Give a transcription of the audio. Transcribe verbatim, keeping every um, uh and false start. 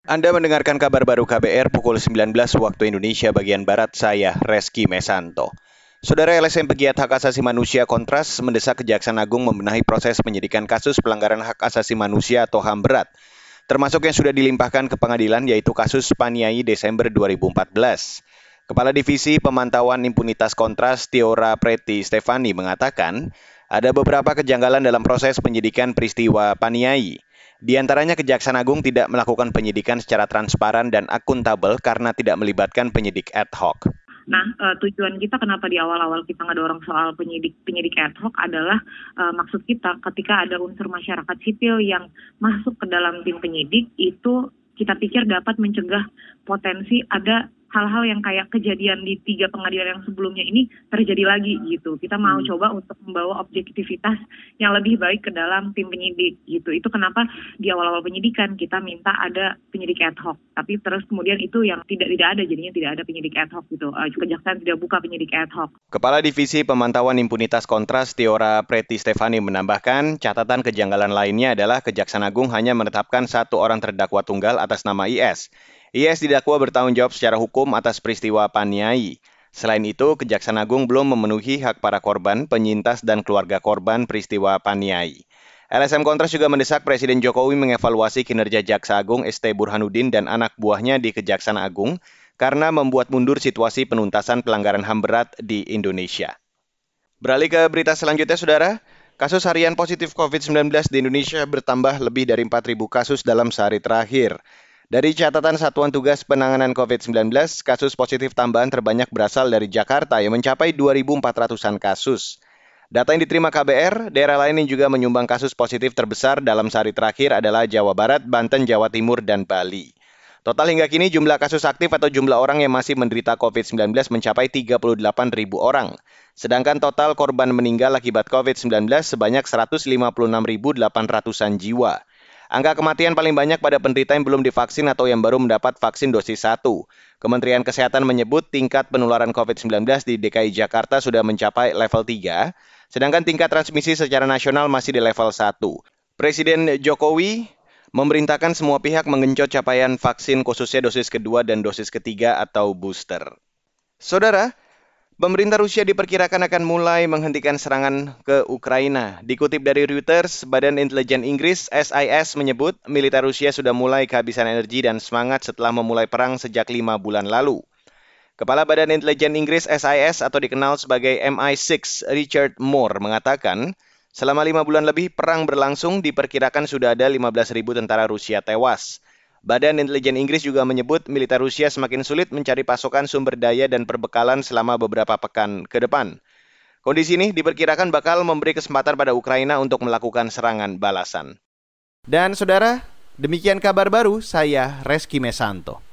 Anda mendengarkan kabar baru K B R pukul sembilan belas waktu Indonesia bagian Barat, saya Reski Mesanto. Saudara L S M Pegiat Hak Asasi Manusia Kontras mendesak Kejaksaan Agung membenahi proses penyidikan kasus pelanggaran hak asasi manusia atau H A M berat, termasuk yang sudah dilimpahkan ke pengadilan yaitu kasus Paniai Desember dua ribu empat belas. Kepala Divisi Pemantauan Impunitas Kontras Tiora Preti Stefani mengatakan, ada beberapa kejanggalan dalam proses penyidikan peristiwa Paniai. Di antaranya Kejaksaan Agung tidak melakukan penyidikan secara transparan dan akuntabel karena tidak melibatkan penyidik ad hoc. Nah, uh, tujuan kita kenapa di awal-awal kita ngedorong soal penyidik penyidik ad hoc adalah uh, maksud kita ketika ada unsur masyarakat sipil yang masuk ke dalam tim penyidik itu kita pikir dapat mencegah potensi ada hal-hal yang kayak kejadian di tiga pengadilan yang sebelumnya ini terjadi lagi gitu. Kita mau hmm. coba untuk membawa objektivitas yang lebih baik ke dalam tim penyidik gitu. Itu kenapa di awal-awal penyidikan kita minta ada penyidik ad hoc. Tapi terus kemudian itu yang tidak tidak ada, jadinya tidak ada penyidik ad hoc gitu. Uh, Kejaksaan tidak buka penyidik ad hoc. Kepala Divisi Pemantauan Impunitas Kontras Tiora Preti Stefani menambahkan, catatan kejanggalan lainnya adalah Kejaksaan Agung hanya menetapkan satu orang terdakwa tunggal atas nama I S. I S didakwa bertanggung jawab secara hukum atas peristiwa Paniai. Selain itu, Kejaksaan Agung belum memenuhi hak para korban, penyintas, dan keluarga korban peristiwa Paniai. L S M Kontras juga mendesak Presiden Jokowi mengevaluasi kinerja Jaksa Agung S T Burhanuddin dan anak buahnya di Kejaksaan Agung karena membuat mundur situasi penuntasan pelanggaran H A M berat di Indonesia. Beralih ke berita selanjutnya, Saudara. Kasus harian positif covid sembilan belas di Indonesia bertambah lebih dari empat ribu kasus dalam sehari terakhir. Dari catatan Satuan Tugas Penanganan covid sembilan belas, kasus positif tambahan terbanyak berasal dari Jakarta yang mencapai dua ribu empat ratusan kasus. Data yang diterima K B R, daerah lain yang juga menyumbang kasus positif terbesar dalam sehari terakhir adalah Jawa Barat, Banten, Jawa Timur, dan Bali. Total hingga kini jumlah kasus aktif atau jumlah orang yang masih menderita covid sembilan belas mencapai tiga puluh delapan ribu orang. Sedangkan total korban meninggal akibat covid sembilan belas sebanyak seratus lima puluh enam ribu delapan ratusan jiwa. Angka kematian paling banyak pada penderita yang belum divaksin atau yang baru mendapat vaksin dosis satu. Kementerian Kesehatan menyebut tingkat penularan covid sembilan belas di D K I Jakarta sudah mencapai level tiga, sedangkan tingkat transmisi secara nasional masih di level satu. Presiden Jokowi memerintahkan semua pihak menggenjot capaian vaksin khususnya dosis kedua dan dosis ketiga atau booster. Saudara, pemerintah Rusia diperkirakan akan mulai menghentikan serangan ke Ukraina. Dikutip dari Reuters, Badan Intelijen Inggris S I S menyebut militer Rusia sudah mulai kehabisan energi dan semangat setelah memulai perang sejak lima bulan lalu. Kepala Badan Intelijen Inggris S I S atau dikenal sebagai M I enam, Richard Moore, mengatakan selama lima bulan lebih perang berlangsung diperkirakan sudah ada lima belas ribu tentara Rusia tewas. Badan Intelijen Inggris juga menyebut militer Rusia semakin sulit mencari pasokan sumber daya dan perbekalan selama beberapa pekan ke depan. Kondisi ini diperkirakan bakal memberi kesempatan pada Ukraina untuk melakukan serangan balasan. Dan saudara, demikian kabar baru saya Reski Mesanto.